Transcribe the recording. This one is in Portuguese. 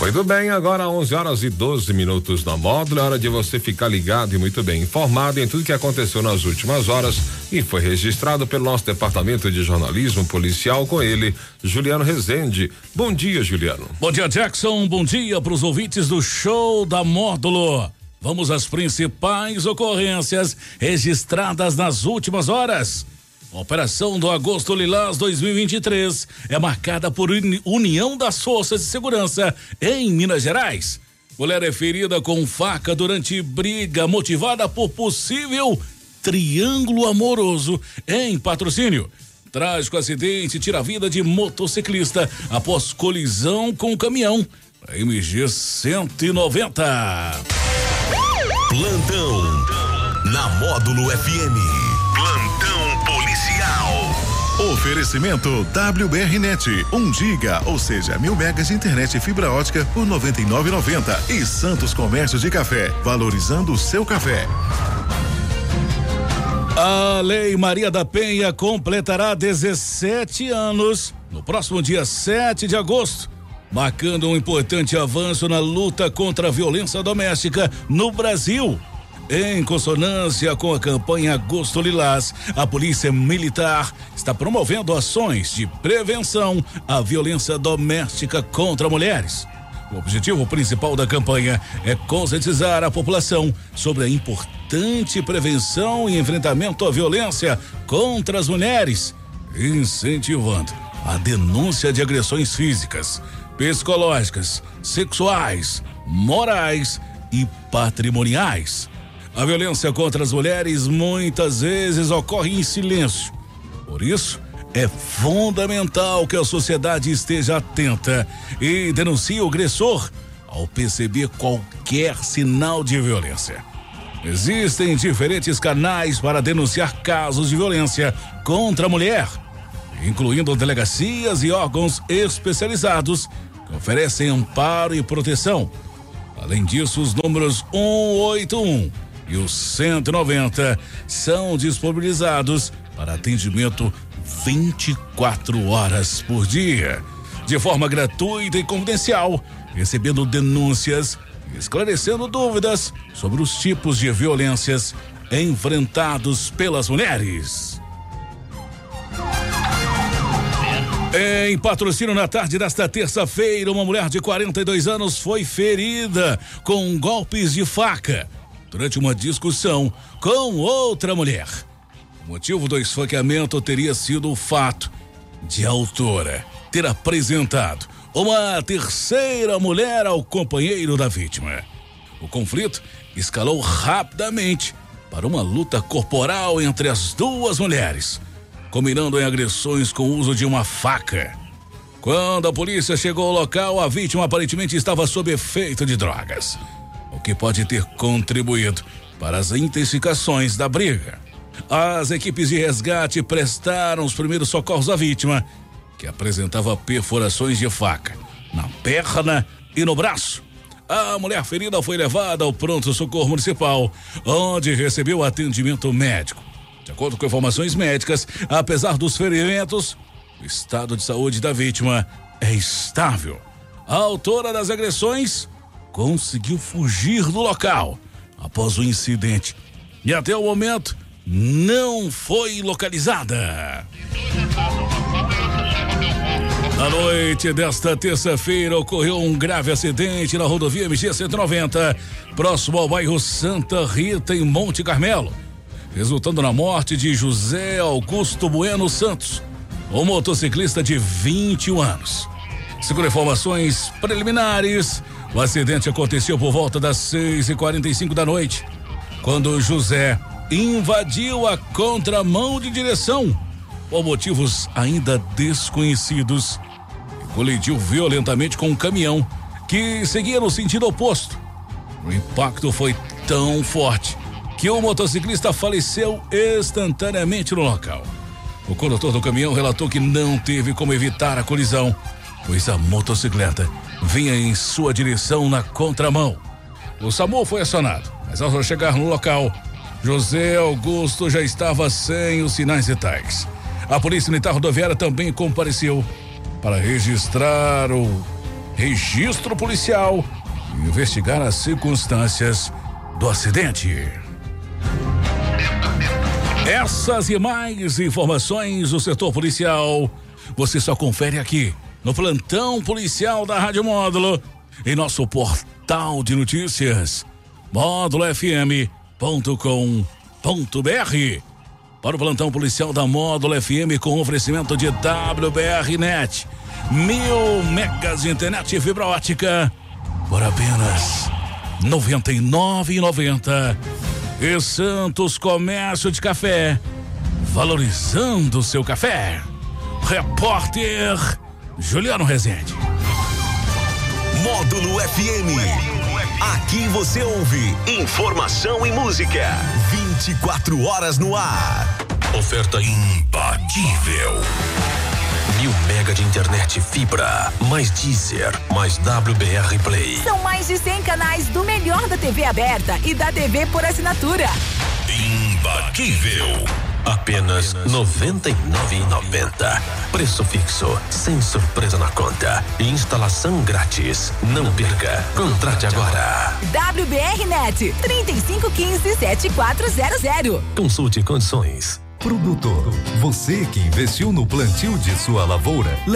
Muito bem, agora 11h12 na Módulo, é hora de você ficar ligado e muito bem informado em tudo que aconteceu nas últimas horas e foi registrado pelo nosso departamento de jornalismo policial, com ele, Juliano Rezende. Bom dia, Juliano. Bom dia, Jackson, bom dia para os ouvintes do show da Módulo. Vamos às principais ocorrências registradas nas últimas horas. A Operação do Agosto Lilás 2023 é marcada por união das forças de segurança em Minas Gerais. Mulher é ferida com faca durante briga motivada por possível triângulo amoroso em Patrocínio. Trágico acidente tira a vida de motociclista após colisão com caminhão. MG 190. Plantão na Módulo FM. Plantão policial. Oferecimento WBRnet, 1 giga, ou seja, 1000 megas de internet e fibra ótica por R$ 99,90. E Santos Comércio de Café, valorizando o seu café. A Lei Maria da Penha completará 17 anos no próximo dia 7 de agosto, marcando um importante avanço na luta contra a violência doméstica no Brasil. Em consonância com a campanha Agosto Lilás, a Polícia Militar está promovendo ações de prevenção à violência doméstica contra mulheres. O objetivo principal da campanha é conscientizar a população sobre a importante prevenção e enfrentamento à violência contra as mulheres, incentivando a denúncia de agressões físicas, psicológicas, sexuais, morais e patrimoniais. A violência contra as mulheres muitas vezes ocorre em silêncio. Por isso, é fundamental que a sociedade esteja atenta e denuncie o agressor ao perceber qualquer sinal de violência. Existem diferentes canais para denunciar casos de violência contra a mulher, incluindo delegacias e órgãos especializados que oferecem amparo e proteção. Além disso, os números 181 e o 190 são disponibilizados para atendimento 24 horas por dia, de forma gratuita e confidencial, recebendo denúncias e esclarecendo dúvidas sobre os tipos de violências enfrentados pelas mulheres. Em Patrocínio, na tarde desta terça-feira, uma mulher de 42 anos foi ferida com golpes de faca durante uma discussão com outra mulher. O motivo do esfaqueamento teria sido o fato de a autora ter apresentado uma terceira mulher ao companheiro da vítima. O conflito escalou rapidamente para uma luta corporal entre as duas mulheres, combinando em agressões com o uso de uma faca. Quando a polícia chegou ao local, a vítima aparentemente estava sob efeito de drogas, o que pode ter contribuído para as intensificações da briga. As equipes de resgate prestaram os primeiros socorros à vítima, que apresentava perfurações de faca na perna e no braço. A mulher ferida foi levada ao pronto-socorro municipal, onde recebeu atendimento médico. De acordo com informações médicas, apesar dos ferimentos, o estado de saúde da vítima é estável. A autora das agressões conseguiu fugir do local após o incidente e até o momento não foi localizada. Na noite desta terça-feira ocorreu um grave acidente na rodovia MG 190, próximo ao bairro Santa Rita, em Monte Carmelo, resultando na morte de José Augusto Bueno Santos, um motociclista de 21 anos. Segundo informações preliminares, o acidente aconteceu por volta das 6h45 da noite, quando José invadiu a contramão de direção, por motivos ainda desconhecidos, e colidiu violentamente com um caminhão que seguia no sentido oposto. O impacto foi tão forte que o motociclista faleceu instantaneamente no local. O condutor do caminhão relatou que não teve como evitar a colisão, pois a motocicleta vinha em sua direção na contramão. O SAMU foi acionado, mas ao chegar no local, José Augusto já estava sem os sinais vitais. A Polícia Militar Rodoviária também compareceu para registrar o registro policial e investigar as circunstâncias do acidente. Essas e mais informações do setor policial você só confere aqui no Plantão Policial da Rádio Módulo, em nosso portal de notícias módulofm.com.br. Para o Plantão Policial da Módulo FM com oferecimento de WBRnet, 1000 megas de internet e fibra ótica por apenas R$ 99,90. E Santos Comércio de Café, valorizando o seu café. Repórter Juliano Rezende. Módulo FM. Aqui você ouve informação e música. 24 horas no ar. Oferta imbatível. 1000 mega de internet fibra, mais Deezer, mais WBR Play. São mais de 100 canais do melhor da TV aberta e da TV por assinatura. Imbatível. Apenas R$ 99,90. Preço fixo, sem surpresa na conta. Instalação grátis. Não perca. Contrate agora. WBRnet 3515-7400. Consulte condições. Produtor, você que investiu no plantio de sua lavoura,